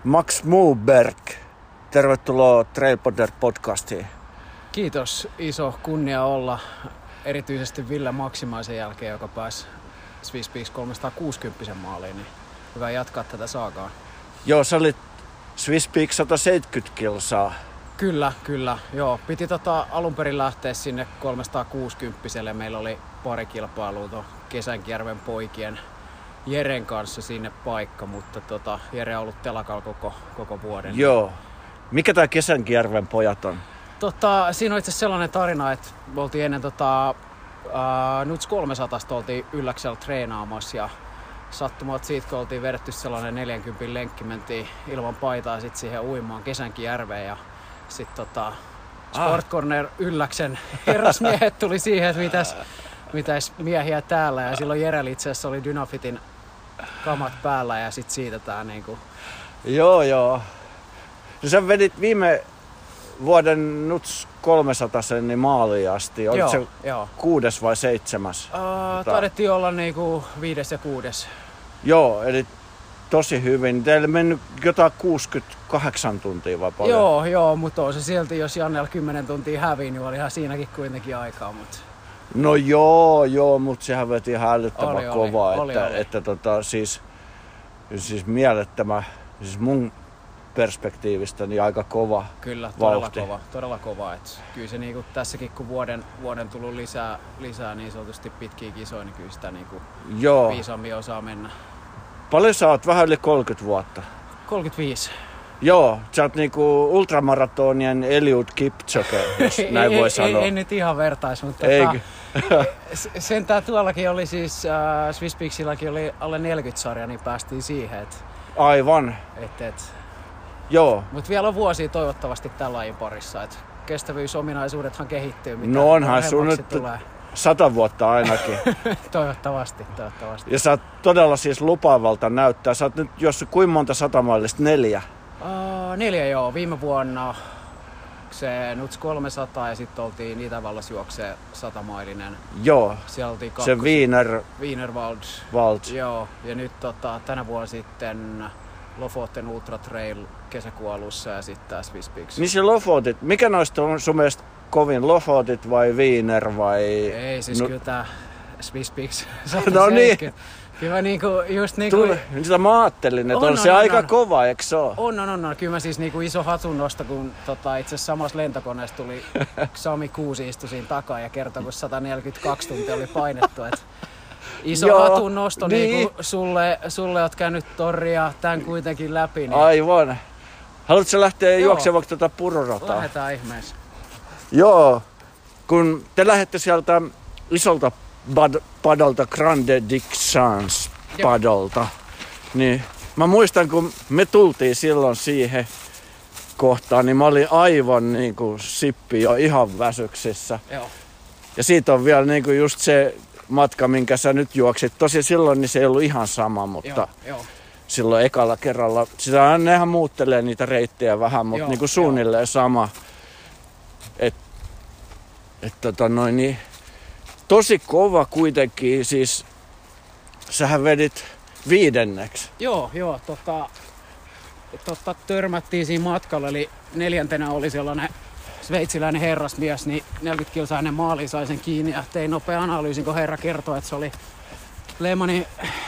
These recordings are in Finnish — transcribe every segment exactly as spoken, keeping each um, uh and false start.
Max Moberg, tervetuloa Trailpodder podcastiin. Kiitos, iso kunnia olla erityisesti Ville Maximaisen jälkeen, joka pääsi Swiss Peaks kolmesataakuusikymmentä maaliin, niin hyvä jatkaa tätä saakaa. Joo, sä olit Swiss Peaks sata seitsemänkymmentä kilsaa. Kyllä, kyllä. Joo, piti tota alun perin lähteä sinne kolmesataakuusikymmentä. Meillä oli pari kilpailua tuon Kesänkijärven poikien Jeren kanssa sinne paikka, mutta tota, Jere on ollut telakalla koko, koko vuoden. Joo. Mikä tää Kesänkijärven pojat on? Tota, siinä on itse sellainen tarina, että me oltiin ennen tota, uh, Nuts kolmesataa oltiin Ylläksellä treenaamassa ja sattumalta siitä, kun oltiin vedetty sellainen neljänkymmenen lenkki, mentiin ilman paitaa sit siihen uimaan Kesänkijärveen ja sit tota, Sport Corner Ylläksen herrasmiehet tuli siihen, että mitäs, mitäs miehiä täällä ja silloin Jerellä itse asiassa oli Dynafitin kamat päällä ja sit siitä tää niinku... Joo, joo. No sä vedit viime vuoden Nuts kolmesataa niin maaliin asti. Olit joo, se joo. kuudes vai seitsemäs? Uh, taidettiin olla niinku viides ja kuudes. Joo, eli tosi hyvin. Teillä mennyt jotain kuusikymmentäkahdeksan tuntia vai paljon? Joo, joo, mutta on se silti, jos Jannella kymmenen tuntia hävii, niin olihan siinäkin kuitenkin aikaa. Mutta... No joo, joo, mutta sehän veti ihan älyttömän oli, kovaa. oli, että, oli. että tota, siis, siis mielettömän, siis mun perspektiivistä niin aika kova Kyllä, todella vauhti. kova, todella kova. Et kyllä se niinku tässäkin, kun vuoden, vuoden tullut lisää, lisää niin sanotusti pitkiä kisoja, niin kyllä sitä niinku viisaammin osaa mennä. Paljon sä oot? Vähän yli kolmekymmentä vuotta. kolmekymmentäviisi. Joo, sä oot niinku ultramaratonien Eliud Kipchoge, jos näin ei, voi ei, sanoa. Ei, ei nyt ihan vertais, mutta tota, sentään tuollakin oli siis, äh, Swiss Peaksillakin oli alle neljäkymmentä sarja, niin päästiin siihen, että... Aivan. Et, et, Joo. Mutta vielä on vuosia toivottavasti tämän lajin parissa, että kestävyysominaisuudethan kehittyy, mitä no onhan sun nyt tulee. sata vuotta ainakin. toivottavasti, toivottavasti. Ja sä oot todella siis lupaavalta näyttää. Sä oot nyt jos kuinka monta satamailista? Neljä? Uh, neljä joo. Viime vuonna se Nuts kolmesataa ja sitten oltiin Itävallassa juoksee satamailinen. Joo. Siellä oltiin kakkos. Se Wiener... Wienerwald. Wald. Joo. Ja nyt tota, tänä vuonna sitten Lofoten Ultra Trail kesäkuun alussa ja sitten tää Swiss Peaks. Niin se Lofotit. Mikä noista on sun mielestä kovin? Lofotit vai Wiener vai... Ei siis no. Kyllä tää Swiss Peaks. No niin. Kyllä niinku, just niinku... Tule, sitä mä ajattelin, että on, on se on, aika on. kova, eikö se ole? On, on, on, on. Kyllä mä siis niinku iso hatunnosto, kun tota, itse asiassa samassa lentokoneessa tuli Sami Kuusi istui siinä takaa ja kertoi, kun sata neljäkymmentäkaksi tuntia oli painettu. Et iso Joo, hatunnosto niin. Niinku sulle, sulle oot käynyt torria tän kuitenkin läpi. Niin... Aivan. Haluatko lähteä juoksemaan vaikka tuota purorataa? Lähdetään ihmeessä. Joo, kun te lähdette sieltä isolta bad, padolta, Grande Dixans padolta, niin mä muistan, kun me tultiin silloin siihen kohtaan, niin mä olin aivan niin kuin sippi jo ihan väsyksissä. Joo. Ja siitä on vielä niin kuin just se matka, minkä sä nyt juoksit. Tosi silloin niin se ei ollut ihan sama, mutta joo, joo. silloin ekalla kerralla. Sitä nehän muuttelee niitä reittejä vähän, mutta joo, niin kuin suunnilleen joo. sama. Et, et tota noin niin, tosi kova kuitenkin, siis sähän vedit viidenneksi. Joo, joo, tota, tota törmättiin siinä matkalla, eli neljäntenä oli sellainen sveitsiläinen herrasmies, niin neljäkymmentä kilsaa ennen maaliin sai sen kiinni ja tein nopea analyysin, kun herra kertoi, että se oli Lehmanin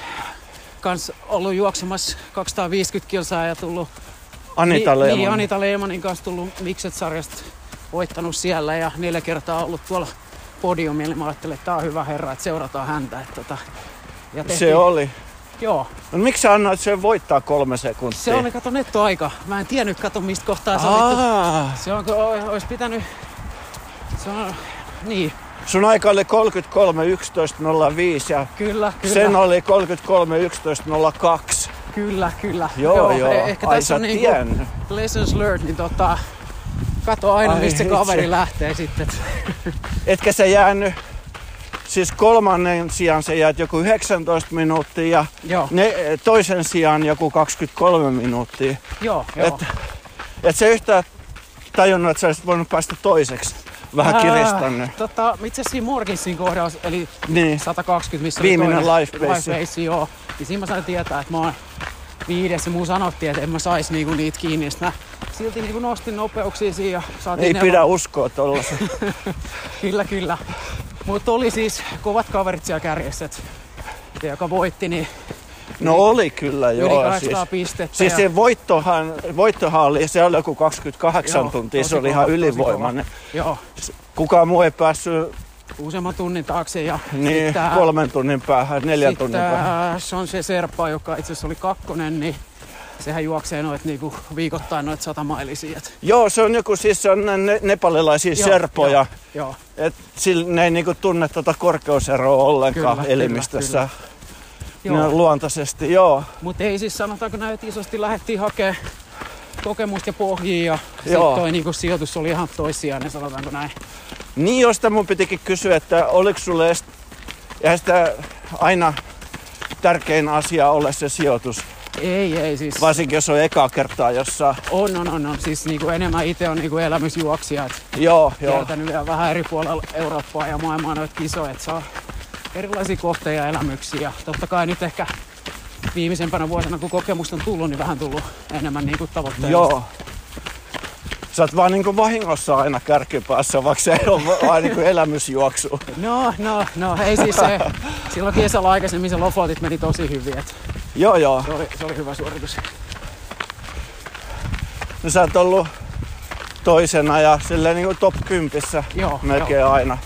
kanssa ollut juoksemassa kaksisataaviisikymmentä kilsaa ja tullut Anita Lehman. Niin, Anita Lehmanin kanssa tullut Mikset-sarjasta, voittanut siellä ja neljä kertaa ollut tuolla podiumilla. Mä ajattelin, että tää on hyvä herra, että seurataan häntä. Että tota, ja tehtiin, se oli. Joo. No miksi sä annoit sen voittaa kolme sekuntia? Se oli, kato, nettoaika. Mä en tiennyt, kato, mistä kohtaa se oli. Se on, olisi pitänyt... Se on, niin. Sun aika oli kolmekymmentäkolme yksitoista nolla viisi ja kyllä, kyllä. sen oli kolmekymmentäkolme yksitoista nolla kaksi. Kyllä, kyllä. Joo, joo. joo. Ehkä Ai tässä on niinku lessons learned, niin tota... Kato aina, Ai mistä se kaveri se. lähtee sitten. Etkä sä jäänyt... Siis kolmannen sijaan sä jäät joku yhdeksäntoista minuuttia ja ne, toisen sijaan joku kaksikymmentäkolme minuuttia. Joo, joo. Et, et sä yhtään tajunnut, että sä olisit voinut päästä toiseksi. Vähän kiristänyt. Tota, itse asiassa siinä Morgansin kohdalla, eli niin. sata kaksikymmentä, missä viimeinen oli life pace. Life pace, joo. Niin siinä mä sain tietää, että mä oon viides ja muu sanottiin, että en mä sais niinku niitä kiinni. Sitten mä silti niinku nostin nopeuksia siinä ja saatiin Ei neuvon. pidä uskoa tollasen. Kyllä, kyllä. Mutta oli siis kovat kaverit siellä kärjessä, et, joka voitti, niin No oli kyllä yli joo. kahdeksansataa Siis, pistettä. siis ja, se voittohan, voittohan oli, se oli joku kaksikymmentäkahdeksan Joo, tuntia, se tosi oli kova, ihan tosi ylivoimainen. joo, Kukaan muu ei päässyt useamman tunnin taakse. Ja niin, sit tää- kolmen tunnin päähän, neljän sit tunnin tää päähän. Se on se Serpa, joka itse asiassa oli kakkonen, niin sehän juoksee noit niinku viikoittain noit satamailisia. et- Joo, se on joku, siis se on ne nepalilaisia Joo, serpoja. Joo, Et sillä ne ei niinku tunne tuota korkeuseroa ollenkaan Kyllä, elimistössä. kyllä, Ne joo. luontaisesti, joo. Mutta ei siis sanotaanko näin, että isosti lähdettiin hakemaan kokemusta ja pohjia ja sit Joo. toi niinku sijoitus oli ihan toissijainen, sanotaanko näin. Niin, josta mun pitikin kysyä, että oliko sulle edes, eihän sitä aina tärkein asia ole se sijoitus, Ei, ei siis. varsinkin jos on ekaa kertaa jossain. On, on, on, on. Siis niinku enemmän itse on niinku elämysjuoksija, et Joo, joo. kiertänyt vielä vähän eri puolella Eurooppaa ja maailmaa noita kisoja, et saa erilaisia kohteja ja elämyksiä. Ja totta kai nyt ehkä viimeisempänä vuosina, kun kokemusta on tullut, niin vähän tullut enemmän niinku tavoitteita. Joo. Sä oot vaan niinku vahingossa aina kärkipäässä, vaikka se ei ole vaan niinku elämysjuoksu. No, no, no, ei siis se, silloin kesällä aikaisemmin se Lofotit meni tosi hyvin, et Joo, joo. se oli, se oli hyvä suoritus. No sä oot ollut toisena ja silleen niinku top kympissä Joo, melkein joo. aina.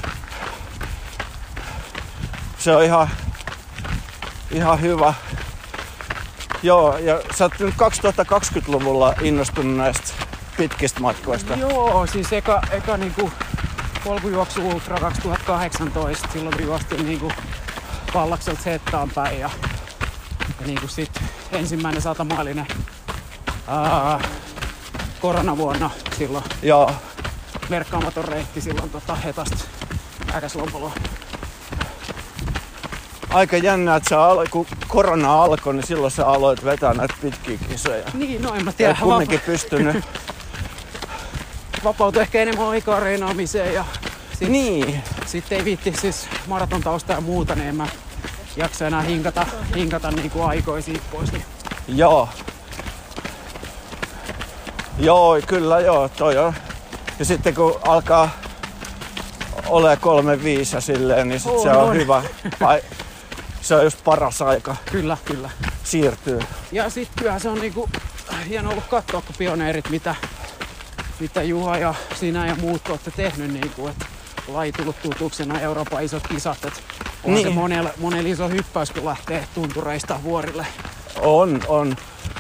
Se on ihan, ihan hyvä. Joo, ja sä oot nyt kaksituhattakaksikymmentäluvulla innostunut näistä pitkistä matkoista. Joo, siis eka, eka niinku polkujuoksu Ultra kaksituhattakahdeksantoista, silloin kun juostin niinku Pallakselta Hettaan päin ja, ja niinku sit ensimmäinen satamailinen ää, koronavuonna silloin Joo, merkkaamaton reitti silloin tota Hetasta Äkäslompoloon. aika jännä, että sä alo, kun korona alkoi, niin silloin sä aloit vetää näitä pitkiä kisoja. Niin, no en mä Ja tiedä, kumminkin pystynyt. vapa- vapautui ehkä enemmän aikaa reinaamiseen ja sit, Niin, sitten ei viitti siis maratontausta ja muuta, niin en mä jaksa enää hinkata, hinkata niinku aikoja siitä pois. Niin joo. Joo, kyllä joo, toi on. Ja sitten kun alkaa ole kolme viisi ja silleen, niin sit On, se on on. hyvä. Ai, se on just paras aika kyllä, kyllä. siirtyä. Ja sit kyllähän se on niinku hieno ollut katsoa, kun pioneerit, mitä, mitä Juha ja sinä ja muut olette tehnyt, niinku, että laji tullut tutuksena Euroopan isot kisat. Et on Niin. se monella, monella iso hyppäys, kun lähtee tuntureista vuorille. On, on.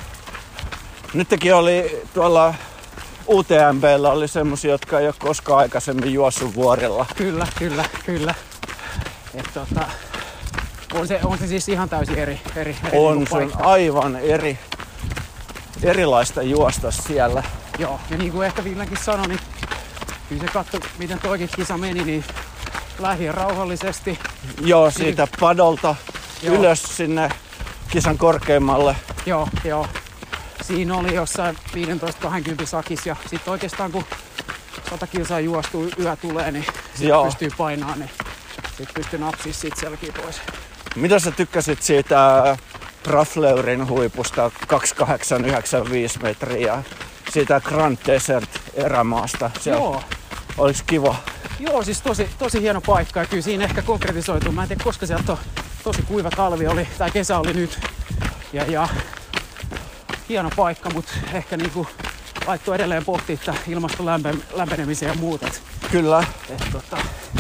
Nytkin oli tuolla U T M B:llä oli semmosia, jotka ei ole koskaan aikaisemmin juossut vuorilla. Kyllä, kyllä, kyllä. Et tota, on, se, on se siis ihan täysin eri, eri, eri On, niinku se on paikka. aivan eri, erilaista juosta siellä. Joo, ja niin kuin ehkä Villekin sanoi, niin kyllä se katso, miten toikin kisa meni, niin lähi rauhallisesti. Joo, siitä padolta Joo. ylös sinne kisan korkeimmalle. Joo, joo. Siinä oli jossain viisitoista kaksikymmentä sakis ja sitten oikeastaan kun sata kilsaa juostuu yö tulee, niin sit Joo. pystyy painaa, niin sit pystyy napsii siitä selkiä pois. Mitä sä tykkäsit siitä Brafleurin huipusta kaksituhattakahdeksansataa yhdeksänkymmentäviisi metriä? Siitä Grand Desert erämaasta. Siellä Joo. Oliks kiva? Joo, siis tosi, tosi hieno paikka ja kyllä siinä ehkä konkretisoituu. Mä en tiedä, koska sieltä on tosi kuiva talvi oli, tai kesä oli nyt. Ja, ja hieno paikka, mutta ehkä niinku laittoi edelleen pohtia että ilmaston lämpe, lämpenemisen ja muut. Et, Kyllä. et, tota,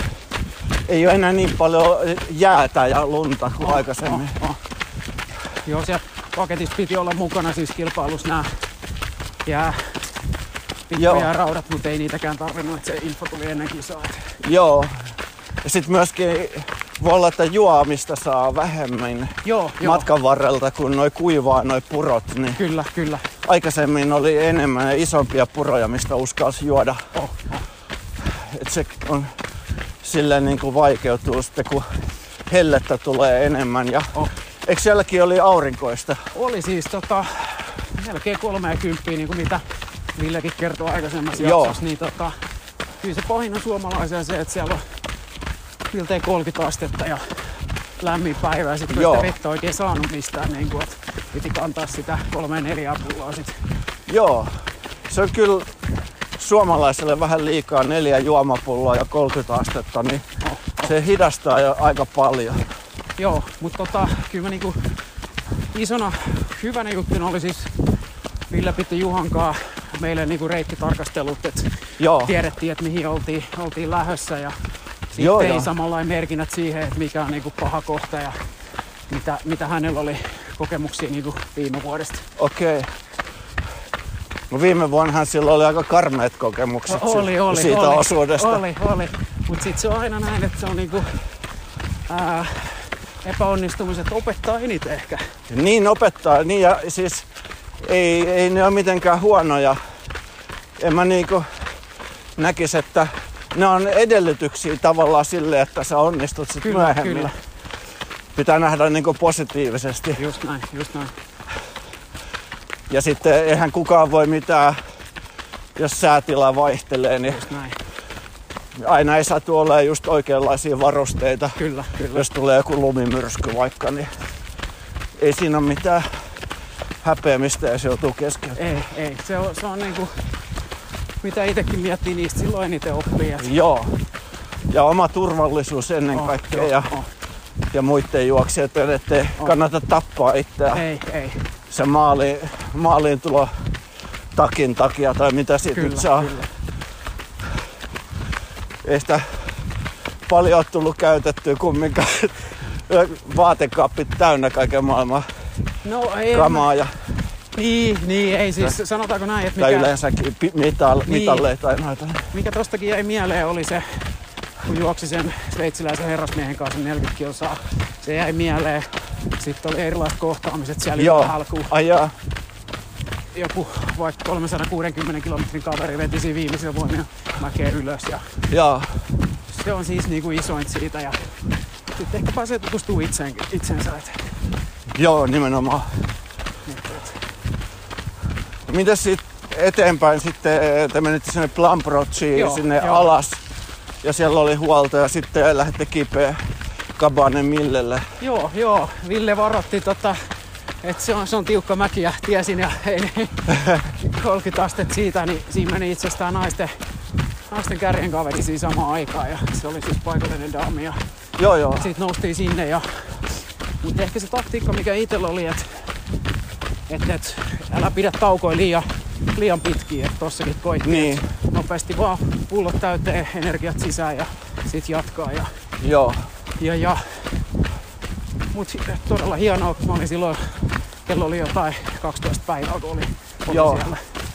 Ei ole enää niin paljon jäätä ja lunta kuin aikaisemmin. Oh, oh. Joo, siellä paketissa piti olla mukana siis kilpailussa nämä jää, pikkuja raudat, mutta ei niitäkään tarvinnut, että se info tuli ennen kisaa. Joo. Ja sit myöskin voi olla, että juomista saa vähemmän Joo, joo. matkan varrelta, kun noi kuivaa noi purot. Niin Kyllä, kyllä. aikaisemmin oli enemmän ja isompia puroja, mistä uskalsi juoda. Oh, oh. Et se on silleen niin kuin vaikeutuu sitten, kun hellettä tulee enemmän. Ja Oh. eikö sielläkin oli aurinkoista? Oli siis tota, melkein kolmekymmentä, niin kuin mitä Villekin kertoi aikaisemmassa Joo. jaksossa, niin tota, kyllä se pahin on suomalaisia se, että siellä on miltei kolmekymmentä astetta ja lämmin päivä ja sitten kun Joo. ei sitä vettä oikein saanut mistään. Niin kuin, että piti kantaa sitä kolme neljää pulloa sit. Joo, se on kyllä suomalaiselle vähän liikaa neljä juomapulloa ja kolmekymmentä astetta, niin oh, oh. se hidastaa jo aika paljon. Joo, mutta tota, kyllä mä niinku isona hyvänä juttuna oli siis Ville piti Juhankaa meille niinku reittitarkastelut, että tiedettiin, että mihin oltiin, oltiin lähdössä ja sitten ei samanlainen merkinnät siihen, että mikä on niinku paha kohta ja mitä, mitä hänellä oli kokemuksia niinku viime vuodesta. Okei. Okay. No viime vuonnahan sillä oli aika karmeet kokemukset oli, oli, siitä oli, osuudesta. Oli, oli. Mutta sitten se on aina näin, että se on niinku, ää, epäonnistumiset opettaa eniten ehkä. Niin opettaa, niin ja siis ei, ei ne ole mitenkään huonoja. En mä niinku näkis, että ne on edellytyksiä tavallaan sille, että sä onnistut sit kyllä, myöhemmin. Kyllä. Pitää nähdä niinku positiivisesti. Just näin, just näin. Ja sitten eihän kukaan voi mitään, jos säätila vaihtelee, niin just näin. Aina ei saa olemaan just oikeanlaisia varusteita. Kyllä, kyllä. Jos tulee joku lumimyrsky vaikka, niin ei siinä ole mitään häpeämistä, jos joutuu keskellä. Ei, ei. Se on, se on niinku, mitä itsekin miettii, niistä silloin eniten oppii. Et... Joo. Ja oma turvallisuus ennen oh, kaikkea. Jo, ja, oh. ja muiden juoksijoiden, ettei oh. kannata tappaa itseään. Ei, ei. Se maali, maaliin tulo takin takia tai mitä siitä kyllä, nyt saa. Kyllä. Ei sitä paljon ole tullut käytettyä kumminkaan. Vaatekaapit täynnä kaiken maailman no, ei kamaa. Ja... Niin, niin, ei siis sanotaanko näin, että mikä... mikä... Tai yleensäkin mital, niin. mitalleita tai noita. Mikä tostakin jäi mieleen oli se, kun juoksi sen sveitsiläisen herrasmiehen kanssa neljäkymmentä kilsaa. Se jäi mieleen. Sitten oli erilaiset kohtaamiset siellä joo. alkuun. Ai jaa. Joku vaikka kolmesataakuusikymmentä kilometrin kaveri veti siinä viimeisellä voimia mäkeä ylös. Ja joo. Se on siis niinku isoin siitä ja sitten ehkä pääsee tutustumaan itseen, itsensä. Et. Joo, nimenomaan. Mitäs sitten eteenpäin sitten, te menitte sinne Plumbrotchiin sinne joo. alas ja siellä oli huolto ja sitten lähdette kipeä Cabane Millelle. Joo, joo. Ville varoitti tota, että se on, se on tiukka mäki ja tiesin ja ei, kolmekymmentä astetta siitä, niin siinä meni itsestään naisten, naisten kärjen kaveri siinä samaan aikaan ja se oli siis paikallinen daami ja joo, joo. Sitten noustiin sinne ja mutta ehkä se taktiikka mikä itsellä oli, että et, et, älä pidä taukoja liian, liian pitkiä, että tossakin koitti niin. Nopeasti vaan pullot täyteen, energiat sisään ja sit jatkaa ja joo. Ja, ja. Mut todella hienoa, kun mä olin silloin, kello oli jotain kaksitoista päivää, kun oli, oli joo. siellä.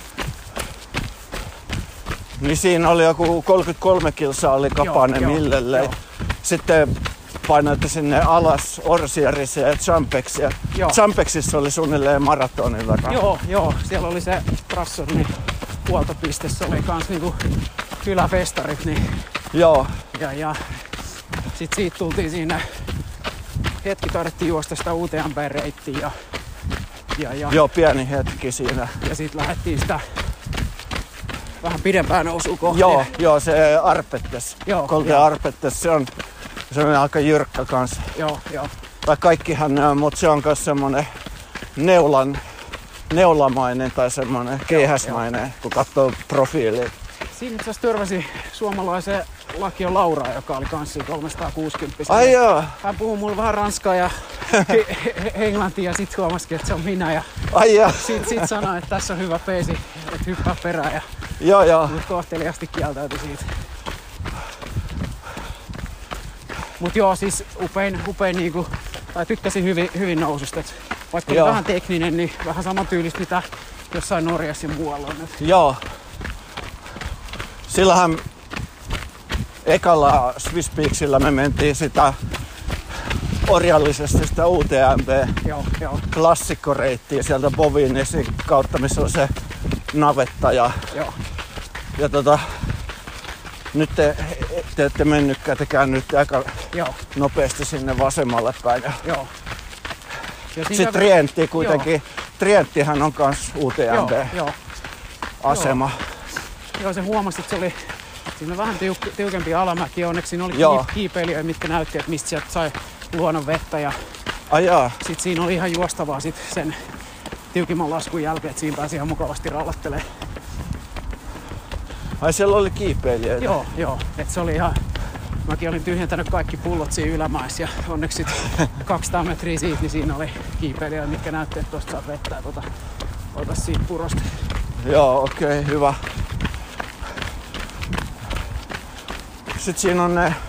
Niin siinä oli joku kolmekymmentäkolme kilsaa oli Cabane Millelle. Joo. Sitten painoitte sinne alas Orsieriseen ja Champexia. Champexissa oli suunnilleen maratonin verran. Joo, joo. Siellä oli se Trassornin huoltopiste. Se oli kans niinku kyläfestarit. Niin. Joo. Ja, ja sit siitä tultiin siinä. Hetki taidettiin juosta sitä U T M P-reittiin. Ja, ja, ja. Joo, pieni hetki siinä. Ja sit lähdettiin sitä vähän pidempään nousua kohti. Joo, joo, se Arpettes. Joo. Kolte Arpettes, se on se on aika jyrkkä kanssa. Joo, joo. Tai kaikkihan ne on, mutta se on myös semmonen neulan, neulamainen tai semmonen keihäsmainen, joo, kun katsoo profiiliin. Siinä itse asiassa törmäsi suomalaiseen Lakio Lauraan, joka oli kanssa kolmesataakuusikymmentä. Ai joo. Hän puhui mulle vähän ranskaa ja englantia ja sit huomasikin, että se on minä. Ja ai joo. Sit, sit sanoi, että tässä on hyvä peesi, että hyppää perään. Ja joo, joo. Mut kohteliasti kieltäytyi siitä. Mut joo, siis upein, upein niinku, tai tykkäsin hyvin, hyvin noususta. Et vaikka oli vähän tekninen, niin vähän saman tyylistä mitä jossain Norjassa ja muualla on. Joo. Sillähän ekalla Swiss Peaksillä me mentiin sitä orjallisesti sitä U T M B-klassikkoreittiä sieltä Bovinesin kautta, missä on se navetta. Ja, joo. ja tota, nyt te, te ette mennytkään, te käännytte aika joo. nopeasti sinne vasemmalle päin. Joo. Sitten Trientti kuitenkin. Joo. Trienttihän on kans U T M B-asema. Joo. Joo, se huomasi, että se oli siinä vähän tiuk- tiukempi alamäki. Onneksi siinä oli joo. kiipeilijöitä, mitkä näytti, että mistä sieltä sai luonnon vettä. Ja Ai jaa. Sitten siinä oli ihan juostavaa sit sen tiukimman laskun jälkeen, että siinä pääsi ihan mukavasti rallattelemaan. Ai siellä oli kiipeilijäitä? Joo, joo. Et se oli ihan... Mäkin olin tyhjentänyt kaikki pullot siinä ylämäessä ja onneksi sit kaksisataa metriä siitä, niin siinä oli kiipeilijät, mitkä näytti, että tosta saa vettä tota, ota siitä purosta. Joo, okei, okay, hyvä. Sitten siinä on ne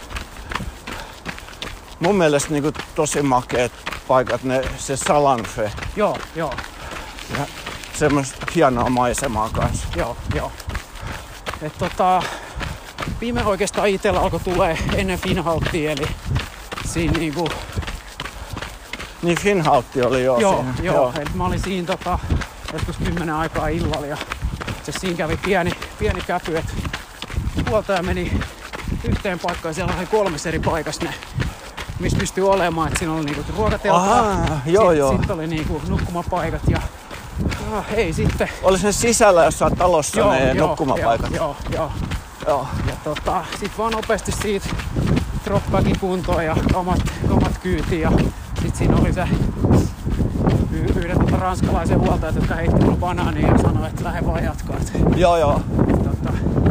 mun mielestä niinku tosi makeet paikat, ne, se Salanfe. Joo, joo. Ja semmoista hienoa maisemaa kanssa. Joo, joo. Et tota, viime oikeastaan itellä alkoi tulee ennen Finnhaltia, eli siinä niinku... Niin Finnhalti oli jo joo, siinä. joo, joo. Eli mä olin siinä tota, joskus kymmenen aikaa illalla ja se siinä kävi pieni, pieni käpy, että huoltaja meni yhteen paikkaan, siellä oli kolmessa eri paikassa ne, missä pystyy olemaan, että siinä oli niinku ruokateltta, sitten sit oli niinku nukkumapaikat ja ah, ei sitten. Oli se sisällä jossain talossa joo, ne joo, nukkumapaikat? Joo, joo. joo. Ja tota, sit vaan nopeasti siitä dropbagin kuntoon ja kamat, kamat kyytiin ja sit siinä oli se y- yhden tota ranskalaisen huoltajat, jotka heitti mulle banaania ja sanoi, että lähde vaan jatkaa. Joo, joo. Tota,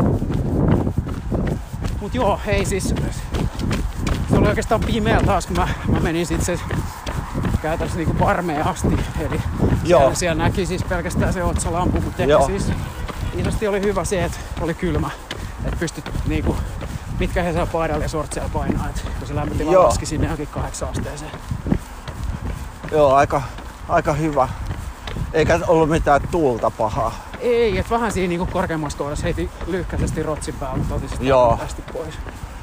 mut joo, ei siis, se oli oikeastaan pimeä taas, kun mä, mä menin sit se käytännössä niinku Parmeen asti. Eli siellä, siellä näki siis pelkästään se otsalampu, mutta ehkä siis isosti oli hyvä se, että oli kylmä. Että pystyt niinku, mitkä he saa paidalla ja sortseilla painaa, että kun se lämpötila laski sinne johonkin kahdeksan asteeseen. Joo, aika, aika hyvä. Eikä ollut mitään tuulta pahaa. Ei, että vähän siinä niinku korkeammassa kohdassa heiti lyhkäisesti rotsin päällä, mutta otin sitten tästä pois.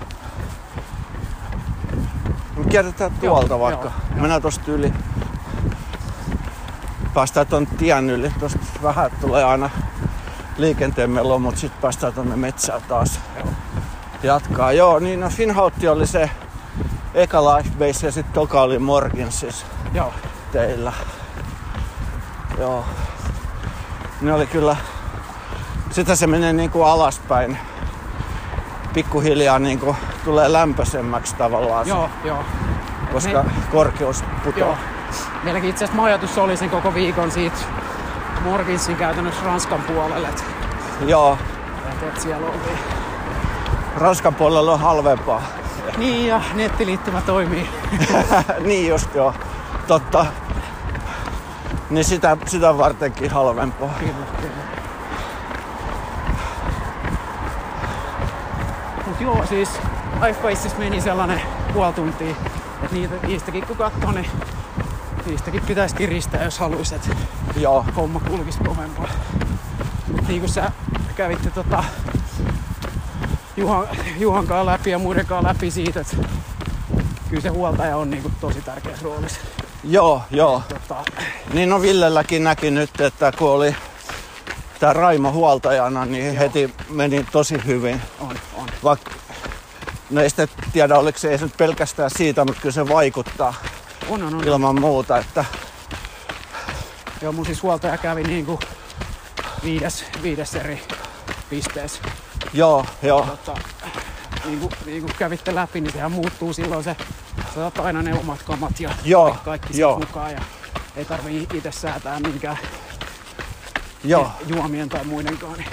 Kierretään tuolta joo, vaikka. Joo, mennään tosta yli. Päästään ton tien yli. Tosta vähän tulee aina liikenteen melo, mutta sit päästään tonne metsään taas. Joo. Jatkaa. Joo, niin no Finnhalti oli se eka Lifebase ja sit toka oli Morgensis. Joo. Teillä. Joo. Ne oli kyllä... Sitä se menee niinku alaspäin. Pikkuhiljaa niinku tulee lämpöisemmäksi tavallaan. Joo, joo. Koska Me... korkeus putoaa. Joo. Meilläkin itse asiassa majoitus oli sen koko viikon siitä Morgensin käytännössä Ranskan puolelle. Joo. Et siellä oltiin. Ranskan puolella on halvempaa. Niin ja nettiliittymä toimii. Niin just joo. Totta. Niin sitä, sitä vartenkin halvempaa. Kyllä, kyllä. Mut joo, siis Lifebasessa meni sellainen puoli tuntia, että niitä, niistäkin kun katsoo, niin niistäkin pitäisi kiristää, jos haluaisi, että joo. Homma kulkisi kovempaa. Mut niin kun sä kävitte tota Juhan, Juhankaan läpi ja muidenkaan läpi siitä, että kyllä se huoltaja on niinku tosi tärkeässä roolissa. Joo, joo. Tota... Niin no Villelläkin näki nyt, että kun oli tää Raimo huoltajana, niin joo. Heti meni tosi hyvin. On, on. Vaikka no ei sitten tiedä, oliko se ei nyt pelkästään siitä, mutta kyllä se vaikuttaa on, on, on. ilman muuta. Että... Joo, mun siis huoltaja kävi niinku viides, viides eri pisteessä. Joo, joo. Tota, niin kuin, niin kuin kävitte läpi, niin sehän muuttuu silloin se, sä saat aina ne omat kamat ja joo, kaikki sit mukaan ja ei tarvii itse säätää minkään joo. juomien tai muidenkaan. Niin.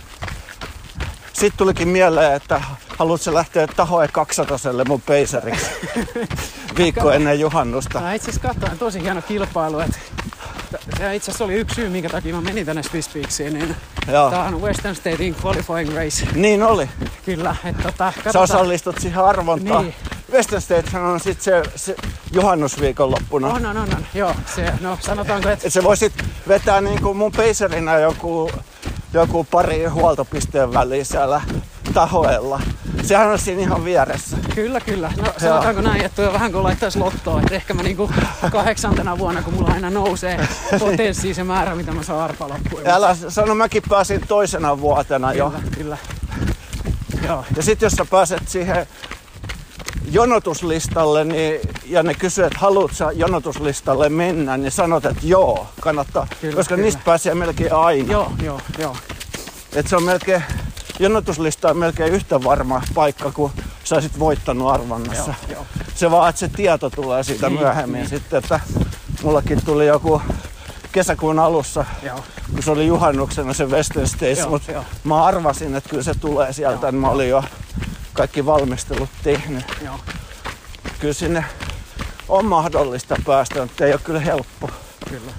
Sitten tulikin mieleen, että haluatko lähteä Tahoe kaksisataselle mun peiseriksi viikko ennen juhannusta. Mä itse asiassa katsoin, tosi hieno kilpailu. Että se itse asiassa oli yksi syy, minkä takia mä menin tänne Swiss Peaksiin. Niin tää on Western Statein qualifying race. Niin oli. Kyllä. Että tota, sä osallistut siihen arvontaan. Niin. Western Statehan on sit se, se juhannusviikonloppuna. On, on, on, on. Joo, se, no sanotaanko, että... Et se voisit vetää niinku mun peiserinä joku, joku pari huoltopisteen väliin siellä Tahoella. Sehän on siinä ihan vieressä. Kyllä, kyllä. No sanotaanko näin, että on vähän kuin laittaisi lottoa. Että ehkä mä niinku kahdeksantena vuonna, kun mulla aina nousee potenssiin se määrä, mitä mä saan arpaloppuun. Älä sano, mäkin pääsin toisena vuotena kyllä, jo. Kyllä, joo. Ja sit jos sä pääset siihen jonotuslistalle niin, ja ne kysyy, että haluatko sä jonotuslistalle mennä, niin sanot, että joo, kannattaa. Kyllä, koska kyllä. Niistä pääsee melkein aina. Joo, joo, joo. Et se on melkein... Jonotuslista on melkein yhtä varma paikka, kun sä olisit voittanut arvonnassa. Joo, joo. Se vaan, että se tieto tulee siitä niin, myöhemmin niin. Sitten, että mullakin tuli joku kesäkuun alussa, joo. Kun se oli juhannuksena se Western States, mutta mä arvasin, että kyllä se tulee sieltä, joo. Mä olin jo kaikki valmistelut tehnyt. Joo. Kyllä sinne on mahdollista päästä, mutta ei ole kyllä helppo. Kyllä.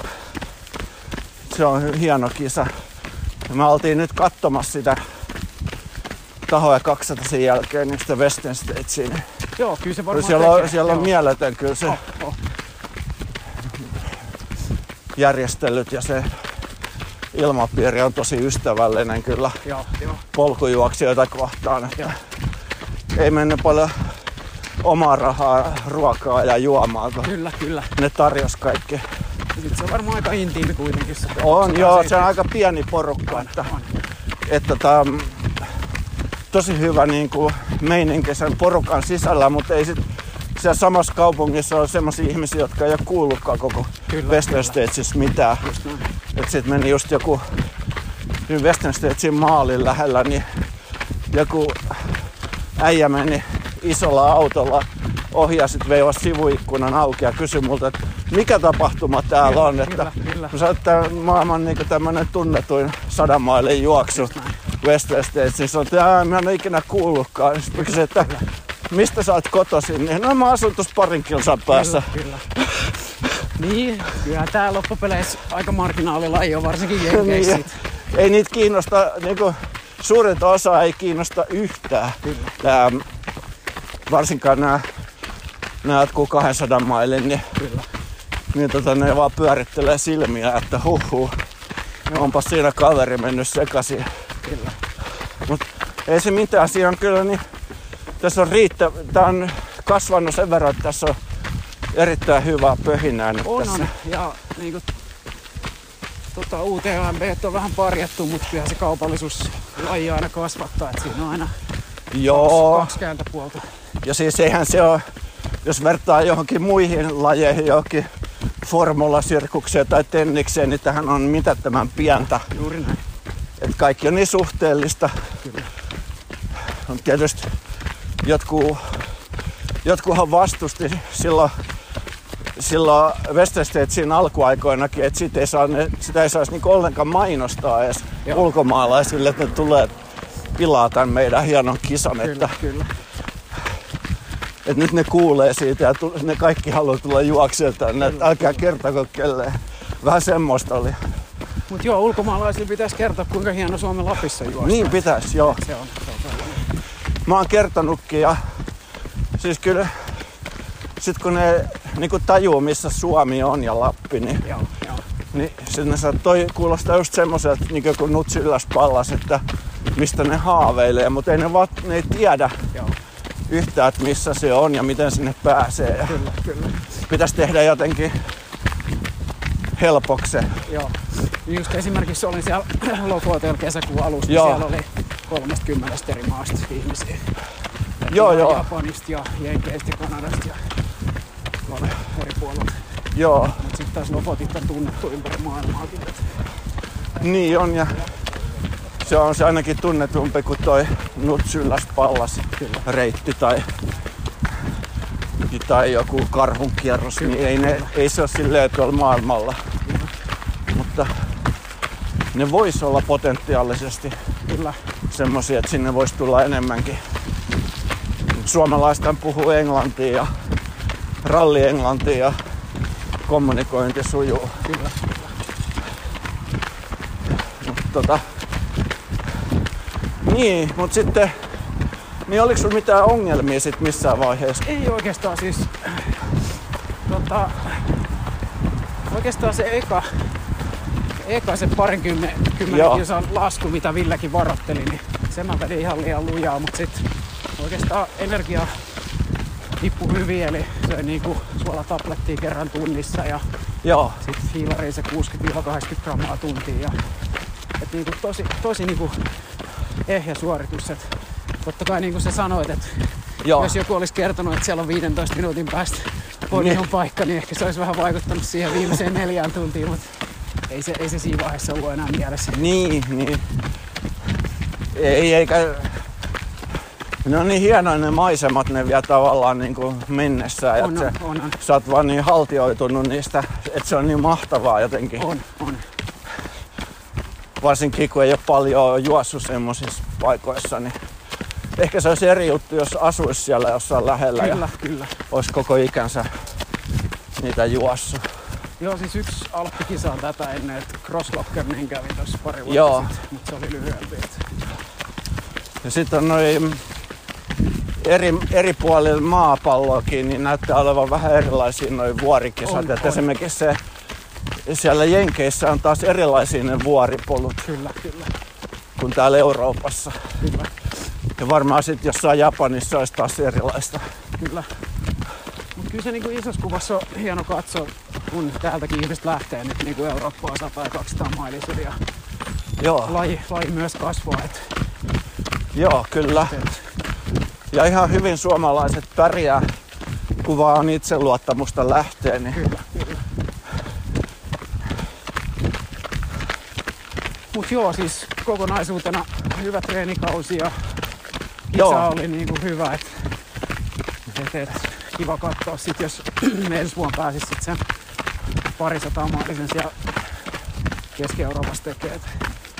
Se on hieno kisa. Me oltiin nyt katsomassa sitä Tahoja kaksisataa sen jälkeen, niin sitä Western Statesia. Joo, kyllä se varmaan siellä tekee. On, siellä on mieletön kyllä se oh, oh. järjestelyt ja se ilmapiiri on tosi ystävällinen kyllä joo, joo. polkujuoksijoita kohtaan. Että ei mennyt paljon omaa rahaa, ruokaa ja juomaa, kun kyllä, kyllä. Ne tarjosi kaikki. Sitten se on varmaan aika intiimi kuitenkin. Se on, joo, se on aika pieni porukka. On, että, on. Että tota, tosi hyvä niin kuin meininki sen porukan sisällä, mutta ei sit siellä samassa kaupungissa ole semmosia ihmisiä, jotka ei ole kuullutkaan koko kyllä, Western Statesissa mitään. Et sit meni just joku Western Statesin maalin lähellä, niin joku äijä meni isolla autolla ohi ja sit veivasi sivuikkunan auki ja kysyi multa, että mikä tapahtuma täällä kyllä, on. Että kyllä, kyllä. Sä oot tämän maailman niin tämmönen tunnetuin sadan mailin juoksu Western States, niin sanoin, että mä en ole ikinä kuullutkaan. Sitten kysyin, että mistä sä oot kotoisin? Niin, no mä asun tuossa parin kilsan päässä. Kyllä, kyllä. Niin, kyllä tää loppupeleissä aika marginaalilaji on varsinkin jenkeissä. Niin, ei niitä kiinnosta, niinku suurinta osaa ei kiinnosta yhtään. Tää, varsinkaan nää, nää jotkut kahdensadan mailin, niin, niin tota, ne vaan pyörittelee silmiä, että huhhuh, onpas siinä kaveri mennyt sekaisin. Kyllä. Mut ei se mitään, siinä on kyllä niin, tässä on riittä, tää on kasvanut sen verran, että tässä on erittäin hyvää pöhinää nyt on, tässä. On, ja niinku tota, U T M B on vähän parjattu, mutta kyllä se kaupallisuus laji aina kasvattaa, että siinä on aina joo. Kaksi, kaksi kääntöpuolta. Ja siis eihän se ole, jos vertaa johonkin muihin lajeihin, johonkin formulasirkukseen tai tennikseen, niin tähän on mitättömän pientä. Juuri näin. Et kaikki on niin suhteellista. Kyllä. On tietysti jotkut, jotkuhan vastusti silloin, silloin Western Statesin alkuaikoinakin, että sitä ei, saa, sitä ei saisi niinku ollenkaan mainostaa edes joo. ulkomaalaisille, että ne tulee pilaa tämän meidän hienon kisan. Kyllä, että, kyllä. että nyt ne kuulee siitä ja ne kaikki haluaa tulla juoksemaan tänne, että älkää kertako kelleen. Vähän semmoista oli. Mut joo, ulkomaalaisille pitäisi kertoa, kuinka hieno Suomen Lapissa juostaa. Niin pitäisi, joo. Se on, se on mä oon kertonutkin ja siis kyllä sit kun ne niinku tajuu missä Suomi on ja Lappi, niin, joo, joo. niin sit ne saa, toi kuulostaa just semmoiselta niinku kun Nuts ylläs pallas, että mistä ne haaveilee, mutta ei ne, vaan, ne ei tiedä joo. yhtään, että missä se on ja miten sinne pääsee. Ja kyllä, kyllä. pitäisi tehdä jotenkin helpoksi. Joo. Just esimerkiksi olin siellä Lofoten kesäkuun alussa, niin siellä oli kolmekymmentä eri maasta ihmisiä. Joo, joo. Japanista ja Jenkeistä ja Kanadasta ja eri puolilta. Joo. Mut sit taas Lofotit on tunnettu ympäri maailmaakin. Niin on ja se on se ainakin tunnetumpi kuin toi Nuts ylläs pallas reitti tai, tai joku karhunkierros, niin ei, ne, ei se ole silleen tuolla maailmalla. Kyllä. Mutta ne vois olla potentiaalisesti kyllä semmosia, että sinne voisi tulla enemmänkin. Suomalaista puhuu englantia ja ralli englantia ja kommunikointi sujuu. Kyllä. Mut tota, niin, mut sitten, niin oliko sulla mitään ongelmia sit missään vaiheessa? Ei oikeastaan siis, tota, oikeastaan se eka, eka se parinkymmenen kilsan lasku, mitä Villekin varoitteli, niin sen mä vedin ihan liian lujaa, mut sit oikeastaan energia tippui hyvin, eli söi niinku suolatablettia kerran tunnissa ja joo. Sit hiilariin se kuusikymmentä kahdeksankymmentä grammaa tuntiin ja et niinku tosi, tosi niinku ehjä suoritus. Et totta kai niinku sä sanoit, että jos joku olisi kertonut, että siellä on viidentoista minuutin päästä podion niin paikka, niin ehkä se olisi vähän vaikuttanut siihen viimeiseen neljään tuntiin, mutta ei se, ei se siinä vaiheessa ollut enää mielessä. Niin, niin. Ei, eikä Ne on niin hienoja ne maisemat, ne vielä tavallaan niin kuin mennessään. On, se, on, on, on. Sä oot vaan niin haltioitunut niistä, että se on niin mahtavaa jotenkin. On, on. Varsinkin kun ei ole paljon juossut semmoisissa paikoissa, niin ehkä se olisi eri juttu, jos asuisi siellä jossain lähellä Kyllä, ja kyllä. olisi koko ikänsä niitä juossut. Joo, siis yksi alppikisa on tätä ennen, että Crosslockeriin kävi tuossa pari vuotta Joo. sitten, mutta se oli lyhyempi. Ja sitten on noin eri, eri puolilla maapalloakin, niin näyttää olevan vähän erilaisia noin vuorikisat. On, että on. esimerkiksi se, siellä Jenkeissä on taas erilaisia ne vuoripolut Kyllä, kyllä. kuin täällä Euroopassa. Kyllä, Ja varmaan sitten jossain Japanissa olisi taas erilaista. kyllä. Mutta kyllä se niinku isossa kuvassa on hieno katsoa, kun täältäkin ihmiset lähtee nyt niinku Eurooppaan sata ja kaksisataa mailisilla ja Joo, laji, laji myös kasvaa. Et, joo, kyllä. et, Ja ihan hyvin suomalaiset pärjää, kun vaan on itseluottamusta lähteä. Niin kyllä, kyllä. Mut joo, siis kokonaisuutena hyvä treenikausi ja kisa Joo. oli niinku hyvä. Et, et, et, kiva katsoa sit, jos ensi vuonna pääsis sit sen parisataa maalisen siellä Keski-Euroopassa tekee. Et,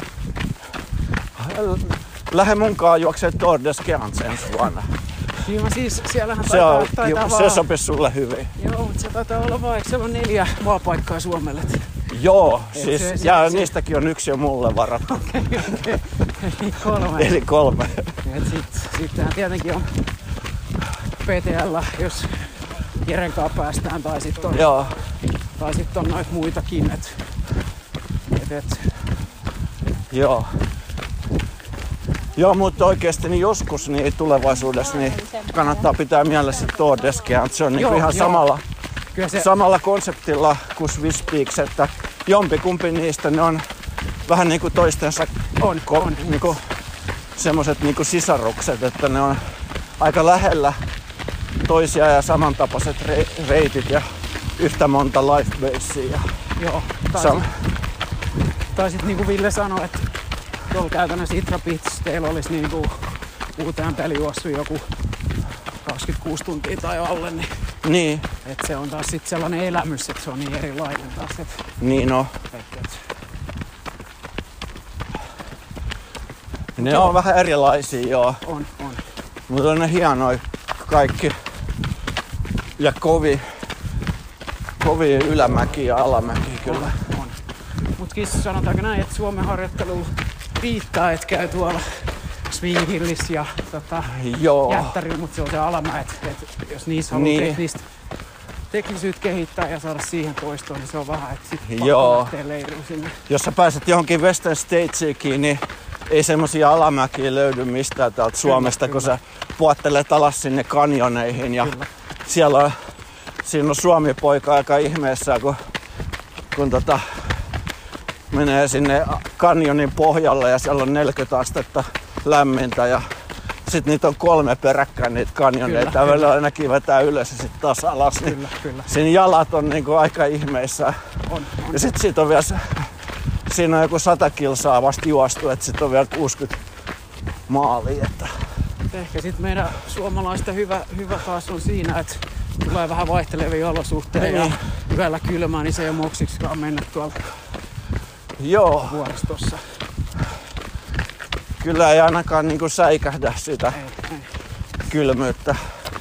lähde munkaan juoksee Tour de Skians ensi vuonna. Kyllä siis, siellähän Se, taitaa, on, taitaa se vaan... sopisi sulle hyvin. Joo, mutta se taitaa olla vaan, eikö siellä on neljä maapaikkaa Suomelle? Joo, Et siis, se- se- ja se- niistäkin on yksi jo mulle varattu. Eli kolme. Eli kolme. Et sit, sittenhän tietenkin on P T L, jos Jeren kanssa päästään, tai sitten on, Joo, tai sit on noita muitakin. Et, et, et, joo. Joo, mutta oikeasti niin joskus niin tulevaisuudessa niin kannattaa pitää mielessä Tour de Skians. Se on niinku Joo, ihan joo. samalla, kyllä se, samalla konseptilla kuin Swiss Peaks, että jompikumpi niistä ne on vähän niinku toistensa On, ko- on. Niinku semmoset niinku sisarukset, että ne on aika lähellä toisia ja samantapaiset re- reitit ja yhtä monta lifebasea. joo, tai, Sam- sit, tai sit niinku Ville sanoi, että tuolla käytännössä Itra Beach teillä olisi niinku uuteen pelijuossu joku kaksikymmentäkuusi tuntia tai alle, niin Niin, et se on taas sit sellainen elämys, että se on niin erilainen taas. Et, niin on. et, et. Ne Joo. on vähän erilaisia, joo. On, on. Mutta on ne hienoja kaikki. Ja kovi, kovi ylämäki ja alamäki kyllä. On. Mut siis sanotaanko näin, että Suomen harjoittelu riittää, että käy tuolla Swing Hillissä ja tota, Joo, jättärillä, mutta se on se alamäet. Et jos niissä haluaa Niin. teknistä, teknisyyttä kehittää ja saada siihen toistoon, niin se on vähän, että sit Joo. pakko lähteä leiriin sinne. jos sä pääset johonkin Western Statesiinkin, niin ei semmosia alamäkiä löydy mistään täältä Suomesta, kun kyllä. sä puottelet alas sinne kanjoneihin. Ja Kyllä. siellä on, siinä on Suomi-poika aika ihmeessä, kun, kun tota, menee sinne kanjonin pohjalle ja siellä on neljäkymmentä astetta lämmintä ja sit niitä on kolme peräkkäin niitä kanjoneita. Kyllä, Välillä ainakin vetää ylös ja sit taas alas. Niin Kyllä, kyllä. siinä jalat on niinku aika ihmeissä. On, on. Ja sit siitä on vielä se, siinä on joku sata kilsaa vasta juostu, että sit on vielä kuusikymmentä maalia. Että. Ehkä sit meidän suomalaisten hyvä, hyvä taas on siinä, että tulee vähän vaihtelevia olosuhteita ja Niin. yöllä kylmää, niin se ei ole moksiksikaan mennä tuolla Joo, vuoristossa. kyllä ei ainakaan niinku säikähdä sitä Ei, ei. kylmyyttä.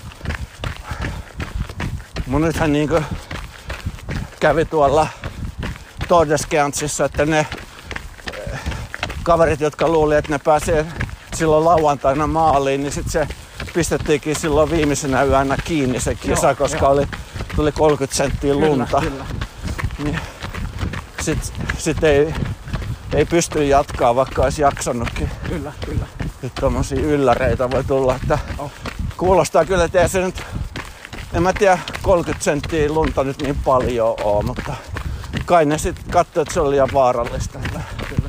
Mun nythän niinku kävi tuolla Tour de Skiansissa, että ne eh, kaverit, jotka luuli, että ne pääsee silloin lauantaina maaliin, niin sit se pistettiinkin silloin viimeisenä yönä kiinni se kisa, Joo, koska joo. oli, tuli kolmekymmentä senttiä lunta. Kyllä, kyllä. Sitten sit ei, ei pysty jatkaa, vaikka olisi jaksanutkin. Kyllä, kyllä. Nyt tommosia ylläreitä voi tulla, että Oh. kuulostaa kyllä, että ei se nyt, en mä tiedä, kolmekymmentä senttiä lunta nyt niin paljon oo, mutta kai ne sit katsoo, että se on liian vaarallista. Kyllä.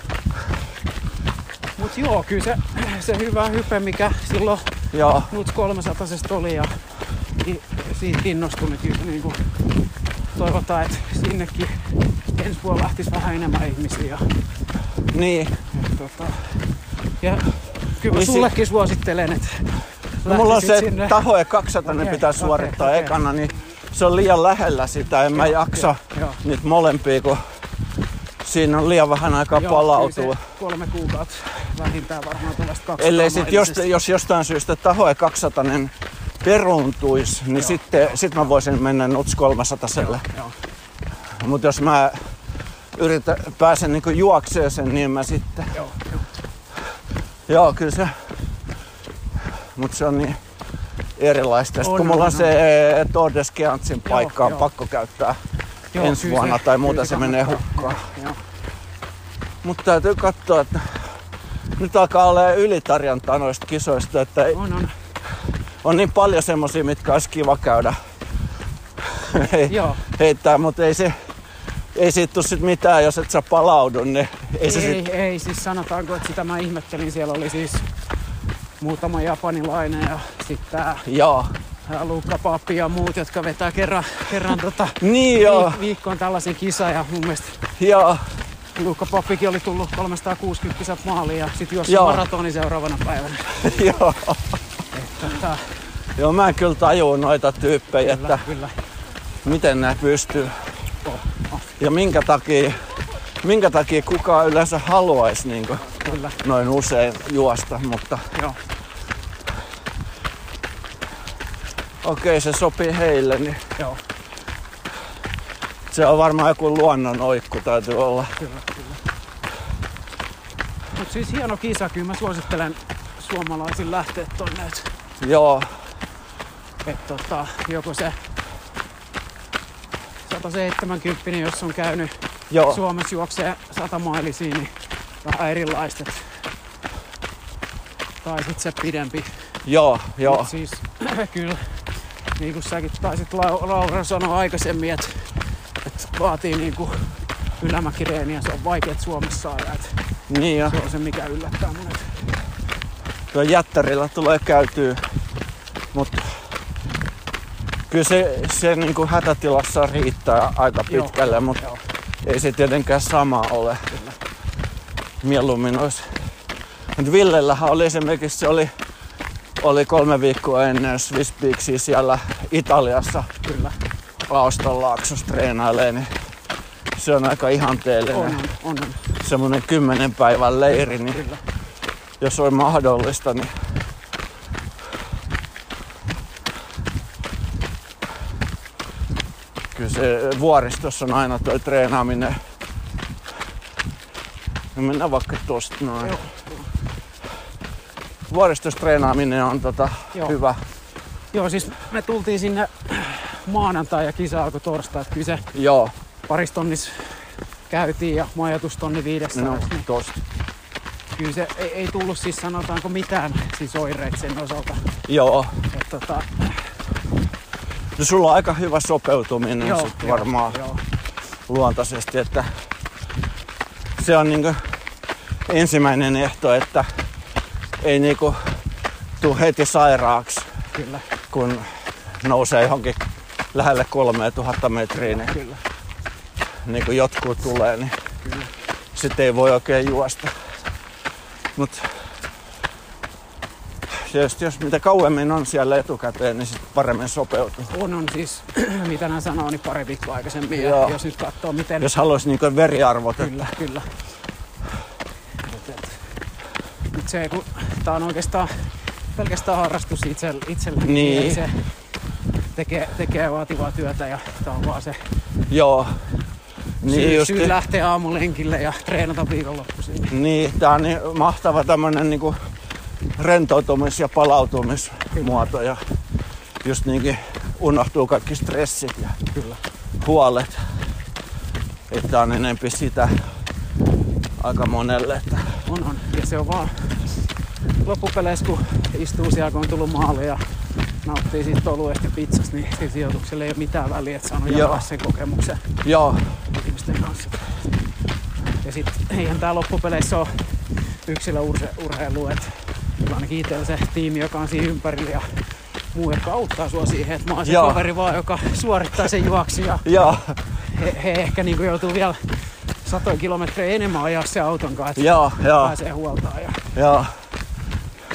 Mut joo, kyllä se, se hyvä hype, mikä silloin Joo, Nuts kolmesatasesta oli ja i- siitä innostui, niin kyllä niin kuin toivotaan, että sinnekin ensi vuonna lähtisi vähän enemmän ihmisiä. Ja, niin, ja, tota, ja kyllä mä Niin sullekin suosittelen, että No, mulla on se sinne. Tahoe kaksisataa, Okei, okay, pitää okei, suorittaa okei. ekana, niin se on liian lähellä sitä. En mä Joo, jaksa joo, joo. niitä molempia, kun siinä on liian vähän aikaa Joo, palautua. kyllä se kolme kuukautta vähintään varmaan tuollaista kaksisataa Ellei sit jos, mailisesti. jos jostain syystä Tahoe kaksisataa peruuntuisi, niin Joo. sitten sit mä voisin mennä Nuts kolmesataselle. Joo. Mutta jos mä yritän, pääsen niinku juokseen sen, niin mä sitten... Joo, joo. Joo, kyllä se... Mut se on niin erilaista. Sitten On, kun mulla on on, se Tour de Skiantsin Joo, paikka on joo. pakko käyttää Joo, ensi kyllä vuonna se- tai kyllä muuta se se menee kannattaa. hukkaan. Joo. Mutta täytyy katsoa, että nyt alkaa olla ylitarjontaa noista kisoista, että ei- On, on. on niin paljon semmosia, mitkä olisi kiva käydä Hei, Joo. heittää, mutta ei se ei siitä tule sit mitään, jos et sä palaudu, niin ei, Ei, se ei, sit... ei, siis sanotaanko, että sitä mä ihmettelin. Siellä oli siis muutama japanilainen ja sitten tää Joo. Luukka Pappi ja muut, jotka vetää kerran, kerran tota, Niin joo, viik- viikkoon tällaisen kisan. Ja mun mielestä joo. Luukka Pappikin oli tullut kolmesataakuusikymmentä maaliin ja sit juossut Joo. maratoni seuraavana päivänä. Joo. Tota, Joo, mä en kyllä tajuu noita tyyppejä, kyllä, että kyllä. miten nää pystyy. Oh, oh, Ja minkä takia, minkä takia kukaan yleensä haluaisi niin kuin kyllä. noin usein juosta, mutta Joo. okei, se sopii heille, niin Joo, se on varmaan joku luonnon oikku täytyy olla. kyllä, kyllä. Mut siis hieno kisa, kyllä mä suosittelen suomalaisille lähteä tonne. Et, Joo, et tota, joko se sata seitsemänkymmentä, jos on käynyt joo, Suomessa juoksee sata mailisia, niin vähän erilaista. et- Tai sit se pidempi. joo, joo, Mut siis kyllä, niin kuin säkin taisit Lau- Laura sanoa aikaisemmin, että et vaatii niinku ylämäkireeniä, se on vaikeet Suomessa saada. Et niin ja se on se, mikä yllättää monet. tuo jättärillä tulee käytyä, mutta kyllä se, se niin kuin hätätilassa riittää aika pitkälle, Joo, mutta joo, ei se tietenkään sama ole. kyllä. Mieluummin olisi. Mutta Villellähän oli esimerkiksi, se oli, oli kolme viikkoa ennen Swiss Peaksia siellä Italiassa Kyllä. Aoston laaksossa treenailee, niin se on aika ihanteellinen. On, on, on. Semmoinen kymmenen päivän leiri, niin Kyllä. jos on mahdollista, niin kyllä se vuoristossa on aina toi treenaaminen. No mennään vaikka tosta noin. Joo. Vuoristossa treenaaminen on tota Joo. hyvä. Joo, siis me tultiin sinne maanantai ja kisa alkoi torstai. Että kyllä se Joo, paristonnis käytiin ja majoitustonni viidessä. no niin tosta. kyllä se ei, ei tullut siis sanotaanko mitään siis oireita sen osalta. Joo. Et, tota, No sulla on aika hyvä sopeutuminen joo, sit joo, varmaan Joo, luontaisesti, että se on niinku ensimmäinen ehto, että ei niinku tuu heti sairaaksi, kyllä, kun nousee johonkin lähelle kolmetuhatta metriä, niin, kyllä, niin kuin jotkut tulee, niin kyllä. sitten ei voi oikein juosta. Mut tietysti jos mitä kauemmin on siellä etukäteen, niin sitten paremmin sopeutuu. On, on siis, mitä nää sanoo, niin pari viikkoa aikaisemmin. Ja Joo. jos nyt katsoo miten... Jos haluaisi niinku veriarvot, että Kyllä, kyllä. Et, et, nyt se, kun tää on oikeastaan pelkästään harrastus itselle, itselle Niin. ei se tekee, tekee vaativaa työtä ja tää on vaan se joo. Niin syy, just, syy lähteä aamulenkille ja treenata viikonloppuisin. niin, tää on niin mahtava tämmönen niinku rentoutumis- ja palautumismuoto ja just niinkin unohtuu kaikki stressit ja Kyllä. huolet. Että on enempi sitä aika monelle, että On, on. Ja se on vaan loppupeleissä, kun istuu siellä, kun on tullut maaliin ja nauttii siitä oluesta ja pizzasta, niin sillä sijoituksella ei ole mitään väliä, että saanut Joo. jakaa sen kokemuksen joo, ihmisten kanssa. Ja sit eihän tää loppupeleissä ole yksilöurheilu, että ainakin itsellä se tiimi, joka on siinä ympärillä ja muu, jotka auttaa sua siihen, että mä oon se Joo. kaveri vaan, joka suorittaa sen juoksun ja joo, he, he ehkä niinku joutuu vielä satoja kilometrejä enemmän ajaa se auton kanssa, että joo, joo, pääsee huoltaan. Ja joo.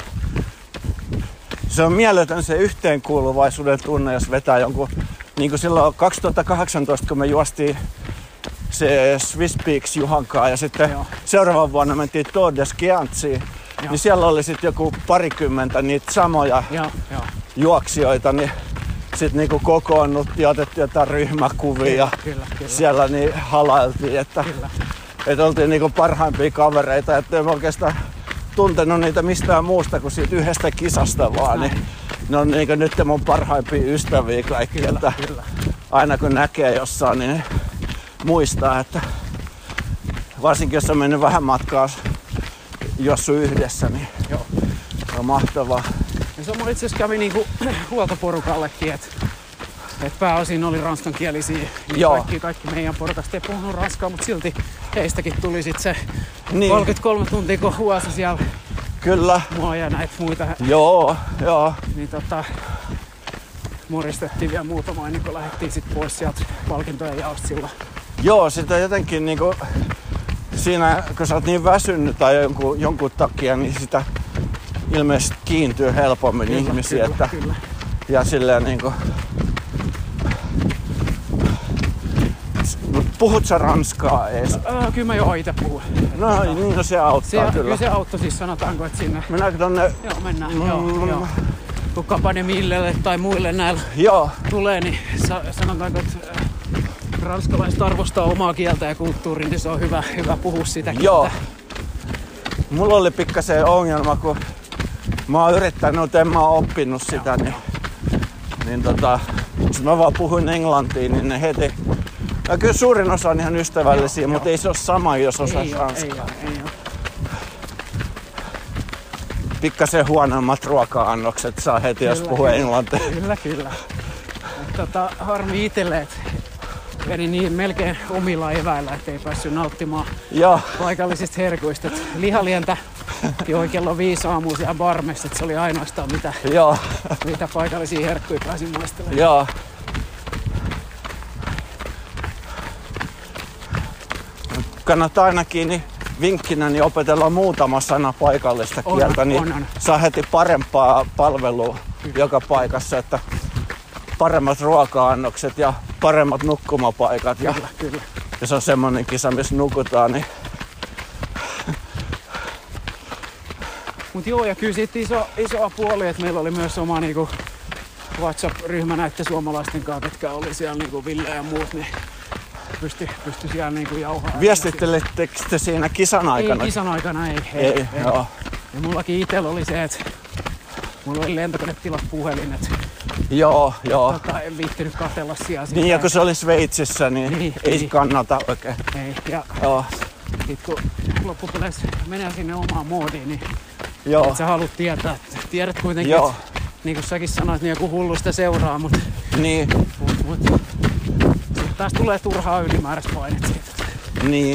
se on mieletön se yhteenkuuluvaisuuden tunne, jos vetää jonkun, niin kuin silloin kaksituhattakahdeksantoista, kun me juostiin se Swiss Peaks Juhankaan ja sitten Joo. seuraavan vuonna mentiin Tour de Skiantsiin, niin siellä oli sitten joku parikymmentä niitä samoja Joo. Joo. juoksijoita, niin sitten niinku kokoonnuttiin ja otettiin jotain ryhmäkuvia. Kyllä, kyllä. Siellä niin halailtiin, että, että oltiin niinku parhaimpia kavereita, että en oikeastaan tuntenut niitä mistään muusta kuin siitä yhdestä kisasta vaan. Niin ne on niinku nyt mun parhaimpia ystäviä kaikki, kyllä, että kyllä. aina kun näkee jossain, niin muistaa, että varsinkin jos on mennyt vähän matkaa jossu yhdessä, niin Joo. on mahtavaa. Ja samoin itse asiassa kävi niinku huoltoporukallekin, että et pääosin oli ranskankielisiä. Niin kaikki, kaikki meidän porukasta ei puhunut ranskaa, mutta silti heistäkin tuli sit se niin. kolmekymmentäkolme tuntia, kun huosi siellä Kyllä. mua ja näitä muita. Joo, joo. Niin tota, moristettiin vielä muutama ennen kuin lähdettiin sit pois sieltä palkintojen jaosta sillä. Joo, sitä jotenkin niinku siinä, kun sä oot niin väsynyt tai jonkun, jonkun takia, niin sitä ilmeisesti kiintyy helpommin kyllä, ihmisiä. Kyllä, että, kyllä. Ja silleen niinku... Puhut sä ranskaa ees? Öö, kyllä mä jo ite puhun. No, niin, no se auttaa se, kyllä. Kyllä se auttoi siis, sanotaanko, että sinne... Mennäänkö tonne? Joo, mennään. Mm, joo, joo. Kun Cabanemillelle tai muille näillä joo. tulee, niin sa- sanotaanko, että ranskalaiset arvostaa omaa kieltä ja kulttuuria, niin se on hyvä, hyvä puhua sitäkin. Joo. Mulla oli pikkasen ongelma, kun mä oon yrittänyt, mutta en mä oon oppinut sitä, joo. niin, niin tota, jos mä vaan puhuin englantiin, niin ne heti... Ja kyllä suurin osa on ihan ystävällisiä, joo, mutta joo. ei se ole sama, jos osaisi ranskaa. Ei, ei, ei pikkasen huonommat ruoka-annokset saa heti, kyllä, jos puhuu englantia. Kyllä, kyllä. Tota, harmi itselle, että meni niin melkein omilla eväillä, ettei päässyt nauttimaan Joo. paikallisista herkuista. Et lihalientä joi kello viisi aamuun siellä barmessa, että se oli ainoastaan mitä, Joo. mitä paikallisia herkkuja pääsin muistelemaan. Joo. Kannattaa ainakin niin vinkkinä niin opetella muutama sana paikallista on, kieltä, niin on, on. saa heti parempaa palvelua Kyllä. joka paikassa, että paremmat ruoka-annokset ja paremmat nukkumapaikat. Kyllä, ja kyllä. jos on semmonen kisa, missä nukutaan, niin... Mut joo, ja kyllä siitä iso, iso puoli, että meillä oli myös oma niinku WhatsApp-ryhmä näiden suomalaisten kanssa, ketkä oli siellä niinku Ville ja muut, niin pysty, pysty siellä niinku jauhaa. Viestittelettekö te siinä kisan aikana? Ei, kisan aikana ei. Ei, ei, ei. Joo. Ja mullakin itsellä oli se, että mulla oli lentokonetilat puhelin, että joo, joo. Tota, en viittinyt katsella siellä. Niin, ja kun se oli Sveitsissä, niin, niin ei niin. kannata oikein. Ei, ja joo. sit kun loppupeleissä menee sinne omaan moodiin, niin joo. et sä haluat tietää. Että tiedät kuitenkin, että niin kuin säkin sanoit, niin joku hullu sitä seuraa, mutta niin. mut, mut, sit taas tulee turhaa ylimääräistä painet siitä. Niin.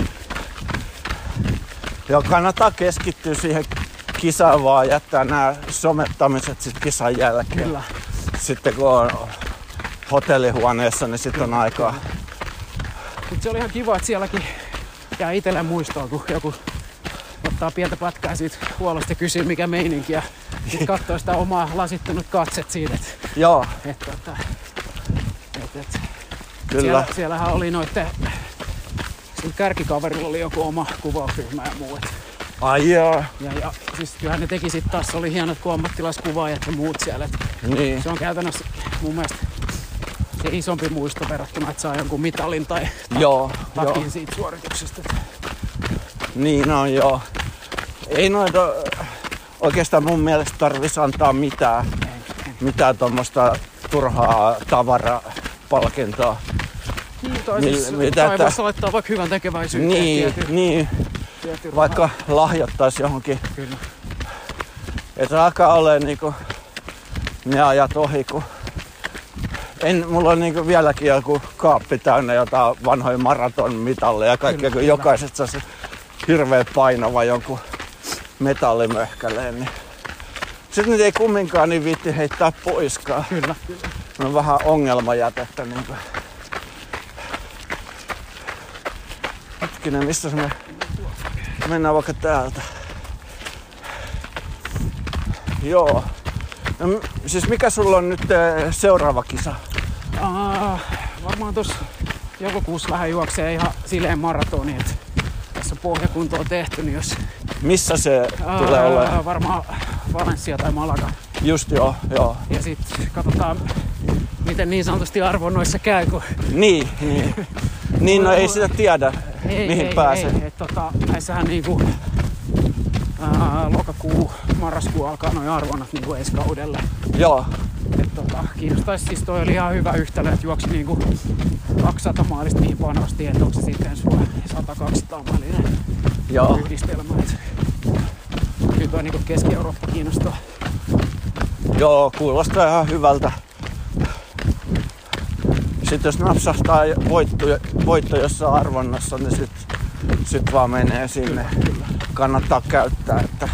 Joo, kannattaa keskittyä siihen kisaan vaan, jättää nämä somettamiset sit kisan jälkeen. Kyllä. Sitten kun on hotellihuoneessa, niin sitten on aikaa. Mut se oli ihan kiva, että sielläkin jää itselle muistoa, kun joku ottaa pientä pätkää siitä huolosta ja kysyy mikä meininki ja sit katsoo sitä omaa lasittunut katset siitä. Et, Joo. Et, et, et, et. Kyllä. Siellä, siellähän oli noitte, sillä kärkikaverilla oli joku oma kuvausryhmä ja muu. Et. Ai joo. Ja, ja siis kyllähän ne teki sit taas, oli hienot kuin ammattilaiskuvaajat ja muut siellä. Et niin. Se on käytännössä mun mielestä se isompi muisto verrattuna, että saa jonkun mitalin tai ta- joo, takin joo. siitä suorituksesta. Niin on joo. Ei noita oikeastaan mun mielestä tarvitsisi antaa mitään, ei, ei. mitään tuommoista turhaa tavarapalkintoa. Niin, tai siis toivossa laittaa vaikka hyvän tekeväisyyteen. Niin, tiety, niin. Tiety vaikka lahjoittaisi johonkin. Kyllä. Että alkaa olemaan niinku ne ajat ohi, kun en, mulla on niinku vieläkin joku kaappi täynnä jotain vanhoja maratonmitalleja ja kaikkea, kun jokaisesta saa hirveän painava jonkun metallimöhkäleen. Niin. Sitten niitä ei kumminkaan niin viitti heittää poiskaan. Kyllä, kyllä. On vähän ongelmajätettä. Niin hetkinen, missä me mennään vaikka täältä. Joo. No, siis mikä sulla on nyt seuraava kisa? Uh, varmaan tuossa joulukuussa vähän juoksee ihan silleen maratoni, että tässä pohjakunto on tehty, niin jos... Missä se uh, tulee olemaan? Varmaan Valencia tai Malaga. Just joo, joo. Ja sit katsotaan, miten niin sanotusti arvonnoissa käy, kun... Niin, niin. Niin, no ei sitä tiedä, ei, mihin ei, pääsee. Ei, et, tota, näissähän niinku... Ää, lokakuu, marraskuu alkaa noin arvonnat niinku ensi kaudelle. Joo. Et tota, kiinnostais siis toi oli ihan hyvä yhtälö, että juoksi niinku kaksisataa maalista niin panosti, että onko se sitten sulla sata kaksisataa maalinen yhdistelmä. Et kyllä toi niinku Keski-Eurooppa kiinnostaa. Joo, kuulostaa ihan hyvältä. Sitten jos napsahtaa voitto, voitto jossain arvonnassa, niin sit, sit vaan menee sinne. Kyllä, kyllä. Kannattaa käyttää. Että...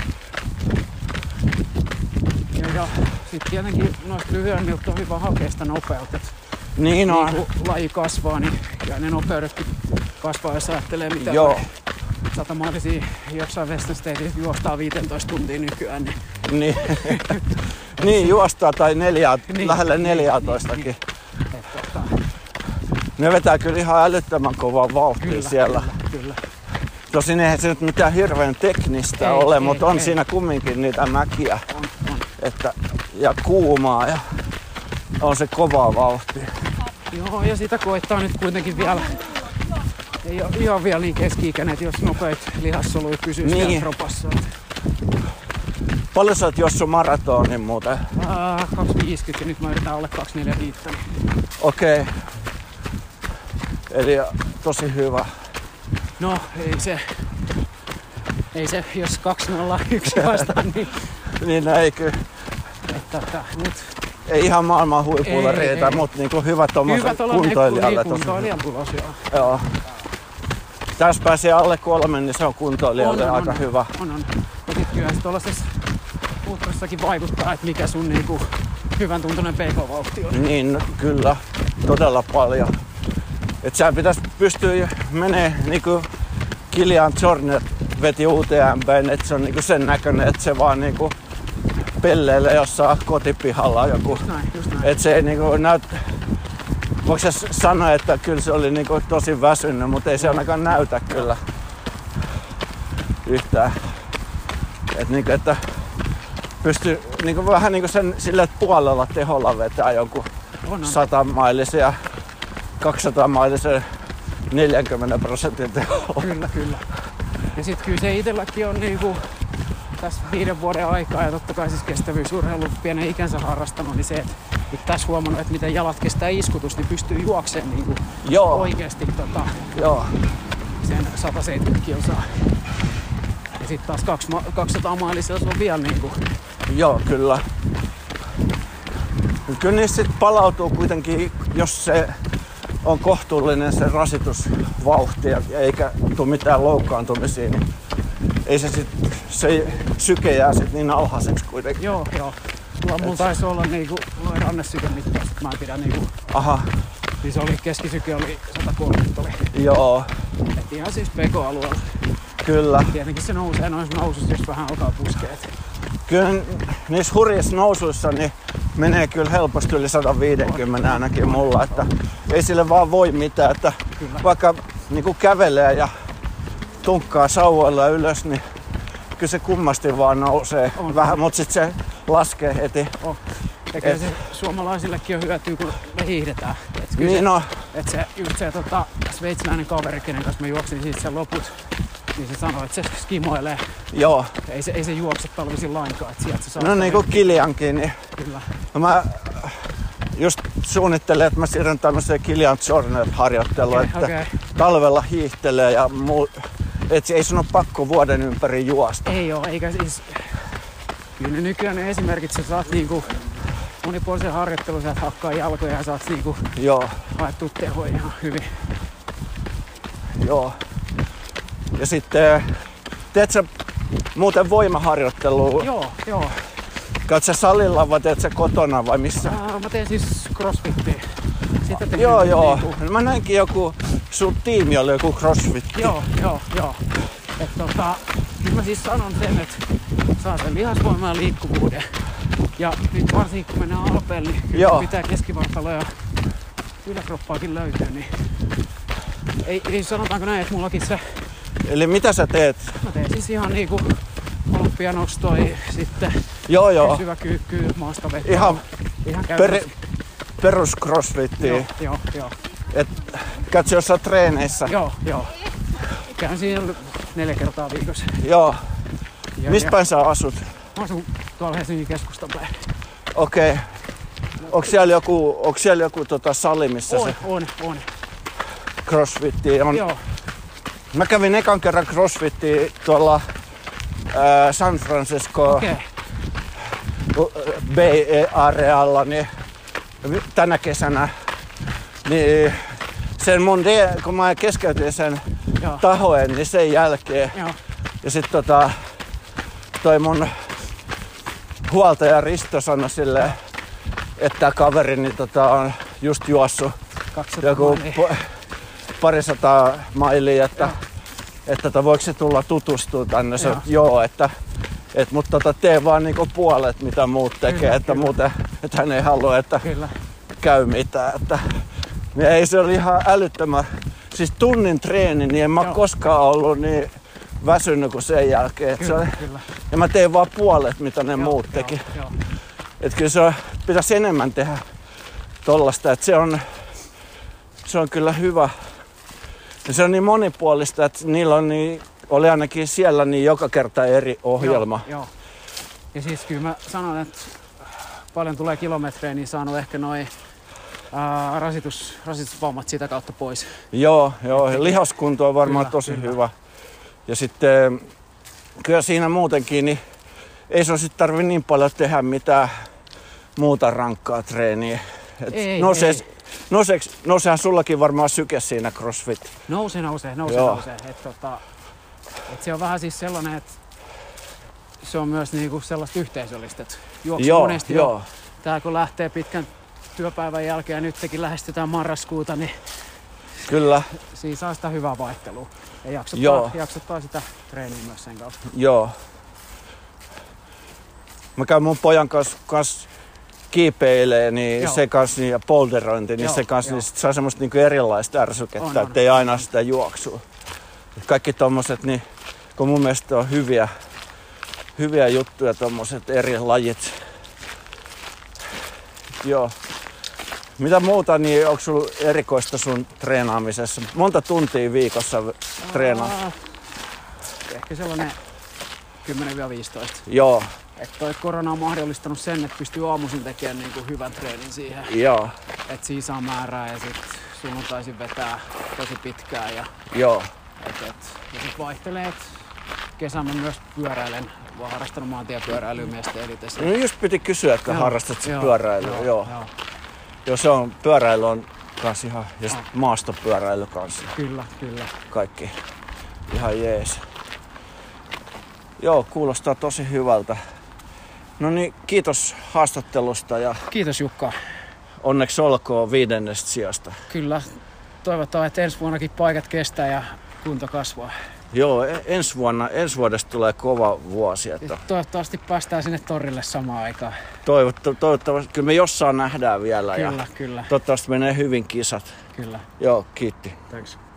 Ja, ja sitten tietenkin noista lyhyemmiltä on hyvä hakea sitä nopeutta. Niin on. Niin kun laji kasvaa, niin kyllä ne nopeudetkin kasvaa, jos ajattelee mitä satamaalisia jossain Western Stateissa juostaa viisitoista tuntia nykyään. Niin, niin. niin juostaa tai neljä, niin, lähelle neljätoistakin. Niin, niin. Tota... Ne vetää kyllä ihan älyttömän kovaa vauhtia kyllä, siellä. Kyllä, kyllä. Tosin eihän se nyt mitään hirveän teknistä ei, ole, ei, mutta on ei. Siinä kumminkin niitä mäkiä. On, on. Että, ja kuumaa ja on se kovaa vauhtia. Joo, ja sitä koittaa nyt kuitenkin vielä. Ei ole ihan vielä niin keski-ikäinen, että jos nopeat lihassoluja pysyisi niin vielä kropassa. Paljon sä oot juossut maratonin muuten? Uh, kaksi viisikymmentä ja nyt mä yritän alle kaksi neljäkymmentäviisi. Okei. Okay. Eli tosi hyvä. No ei se, ei se jos kaksi nolla yksi vastaan, niin... niin no ei kyllä. Että, että, mut... Ei ihan maailman huipulla riitä, mutta niinku hyvä tommosen kuntoilijalle. Hyvä kuntoilijan tulos, joo. Joo. Tässä pääsee alle kolmen, niin se on kuntoilijalle on, on, aika on, hyvä. On, on. Ja sit kyllä se tuollaisessa ultrassakin vaikuttaa, että mikä sun niinku hyvän tuntunen P K-vauhti on. Niin, kyllä. Todella paljon. Et sä pitäis pystyä menee niinku Kilian Jornet veti U T M päin, että se on niinku sen näköinen, että se vaan niinku pelleilee jossain kotipihalla joku. Just näin, just näin. Et se ei niinku näyt... Voiko sä sanoa, että kyllä se oli niinku tosi väsynyt, mutta ei se ainakaan näytä kyllä yhtään. Et niinku, että pystyy niinku vähän niinku sen sillä puolella teholla vetää joku sata mailisia, kaksisataa mailisen neljäkymmentä prosentin teholla. Kyllä, kyllä. Ja sit kyllä se itselläkin on niinku tässä viiden vuoden aikaa ja totta kai siis kestävyysurheilu pienen ikänsä harrastanut, niin se, että nyt tässä huomannut, että miten jalat kestää iskutus, niin pystyy juokseen niinku oikeesti tota, Joo. sen sata seitsemänkymmentä kilsaa. Ja sit taas kaksisataa maalisella se on vielä niinku... Joo, kyllä. Kyllä niistä sit palautuu kuitenkin, jos se on kohtuullinen se rasitusvauhti eikä tule mitään loukkaantumisia, niin ei se sit, se syke jää sit niin alhaiseksi kuitenkin. Joo, joo. Mulla, mulla taisi olla niinku noin rannesykemittaista, että mä en pidä niinku... Aha. Niin se oli, keskisyke oli sata kolmekymmentä oli. Joo. Et ihan siis P K-alueella. Kyllä. Tietenkin se nousee noissa nousuissa, jos vähän alkaa puskea. Kyllä niissä hurjissa nousuissa niin menee kyllä helposti yli sata viisikymmentä ainakin mulla, että ei sille vaan voi mitään, että kyllä. Vaikka niinku kävelee ja tunkkaa sauvoilla ylös, niin kyllä se kummasti vaan nousee on. Vähän, mutta sitten se laskee heti. On. Ja kyllä se suomalaisillekin on hyötyä, kun me hiihdetään. Et niin se, no. Et se, just se tota, sveitsiläinen kaveri, kenen kanssa mä juoksin siitä sen loput, niin se sanoi, että se skimoilee. Joo. Ei se, ei se juokse talvisin lainkaan, että sieltä se saa... No niin kuin Kiliankin, niin... Kyllä. No mä just suunnittelen, että mä siirryn tämmöiseen Kilian Jornet-harjoitteluun, okay, että okay. Talvella hiihtelee ja muu... Et ei sun ole pakko vuoden ympäri juosta. Ei oo, eikä siis... Kyllä ne nykyään ne esimerkit, sä saat niinku monipuolisen harjoittelun, sä hakkaa jalkoja ja saat niinku Joo. haettua tehoja ihan hyvin. Joo. Ja sitten teet sä muuten voimaharjoittelua? Joo, joo. Käyt sä salilla vai teet sä kotona vai missä? Ää, mä teen siis crossfittiä. Joo, joo. Niinku... Mä näinkin joku, sun tiimi oli joku crossfitti. Joo, joo, joo. Et tota, nyt mä siis sanon sen, että saa sen lihasvoimaa ja liikkuvuuden. Ja nyt varsinkin kun mennään Alpeelle, niin Joo. pitää keskivartalo ja yläkroppaakin löytyä, niin ei, ei sanotaanko näin, että mullakin se... Eli mitä sä teet? Mä teen siis ihan niinku olympianostoi, sitten Joo joo. pysyvä kyykky, maastavetoa. Ihan, ihan per, perus crossfittiä. Joo, joo, joo. Et käyt sä jossain treeneissä? Joo, joo. Käyn siinä neljä kertaa viikossa. Joo. Ja, Mistä päin sä asut? Mä asun tuolla Helsingin keskustan päin. Okei. Okay. Onko siellä joku, onko siellä joku tota sali, missä On, se on, on. crossfitti on? Joo. Mä kävin ekan kerran crossfittiä tuolla ää, San Francisco Okei. Bay Arealla niin tänä kesänä. Niin sen mun, de, kun mä keskeytin sen Joo. tahoen, niin sen jälkeen. Joo. Ja sit tota, toi mun huoltaja Risto sanoi silleen, että tää kaveri niin tota, on just juossut kaksisataa joku mailia. p- parisataa mailia, että, että tota, voiko se tulla tutustua tänne. Se, Joo. joo, että et, mutta tota, tee vaan niinku puolet mitä muut tekee, Kyllä, että kyllä. muuten, että hän ei halua, että Kyllä. käy mitään. Että, niin ei se oli ihan älyttömän. Siis tunnin treeni, niin en mä Joo. koskaan ollut niin väsynyt kuin sen jälkeen. Et se Kyllä, oli, kyllä. ja mä tein vaan puolet, mitä ne Joo, muut joo, teki. joo. Et kyllä se on, pitäisi enemmän tehdä tollasta. Et se on, se on kyllä hyvä. Ja se on niin monipuolista, että niillä on niin, oli ainakin siellä niin joka kerta eri ohjelma. Joo, joo. Ja siis kyllä mä sanon, että paljon tulee kilometrejä, niin saanut ehkä noin ää, rasitus, rasitusvammat sitä kautta pois. Joo, joo. Ja lihaskunto on varmaan Kyllä, tosi kyllä. hyvä. Ja sitten kyllä siinä muutenkin, niin ei sun sit tarvi niin paljon tehdä mitään muuta rankkaa treeniä. Et Ei, nousee, ei. Nouseeks, nouseehan sullakin varmaan syke siinä crossfit. Nousee, nousee, nousee, Joo. nousee. Et, tota, et se on vähän siis sellainen, että se on myös niinku sellaista yhteisöllistä. Et juoksu Joo, monesti joo. on. Tää kun lähtee pitkän työpäivän jälkeen ja nytkin lähestytään marraskuuta, niin Kyllä, siinä saa sitä hyvää vaihtelua. Ja Joo. jaksottaa, jaksottaa sitä treeniä myös sen kautta. joo. Mä käyn mun pojan kanssa, kanssa kiipeilee, niin Joo. se kanssa niin, ja polderointi, niin Joo, se kanssa joo. niin sit saa semmoista niinku erilaista ärsykettä, On, on. ettei aina sitä juoksua. Et kaikki tommoset, niin kun mun mielestä on hyviä, hyviä juttuja tommoset eri lajit. Joo. Mitä muuta, niin onko sulla erikoista sun treenaamisessa? Monta tuntia viikossa treenaa? Aa, Ehkä sellainen kymmenen viisitoista. Joo, Että toi korona on mahdollistanut sen, että pystyy aamuisin tekemään niinku hyvän treenin siihen. joo, Että siinä saa määrää ja sit sunnuntaisin vetää tosi pitkään. Ja, joo. et, et, ja sit vaihtelee, että kesällä myös pyöräilen. Mä oon harrastanut maantiepyöräilyä miesten elitessä. No just piti kysyä, että Joo, harrastat sä joo, pyöräilyä. Joo, joo. joo. joo, se on, pyöräily on kans ihan, ja sit Ah. maastopyöräily kanssa. Kyllä, kyllä. Kaikki ihan jees. Joo, kuulostaa tosi hyvältä. No niin, kiitos haastattelusta ja Kiitos Jukka. onneksi olkoon viidennestä sijasta. Kyllä, toivotaan, että ensi vuonnakin paikat kestää ja kunto kasvaa. Joo, e- ensi vuonna, ensi vuodesta tulee kova vuosi. Että Ja toivottavasti päästään sinne torille samaan aikaan. toivottu, toivottavasti, kyllä me jossain nähdään vielä. Kyllä, Ja kyllä, toivottavasti menee hyvin kisat. kyllä. Joo, kiitti. Thanks.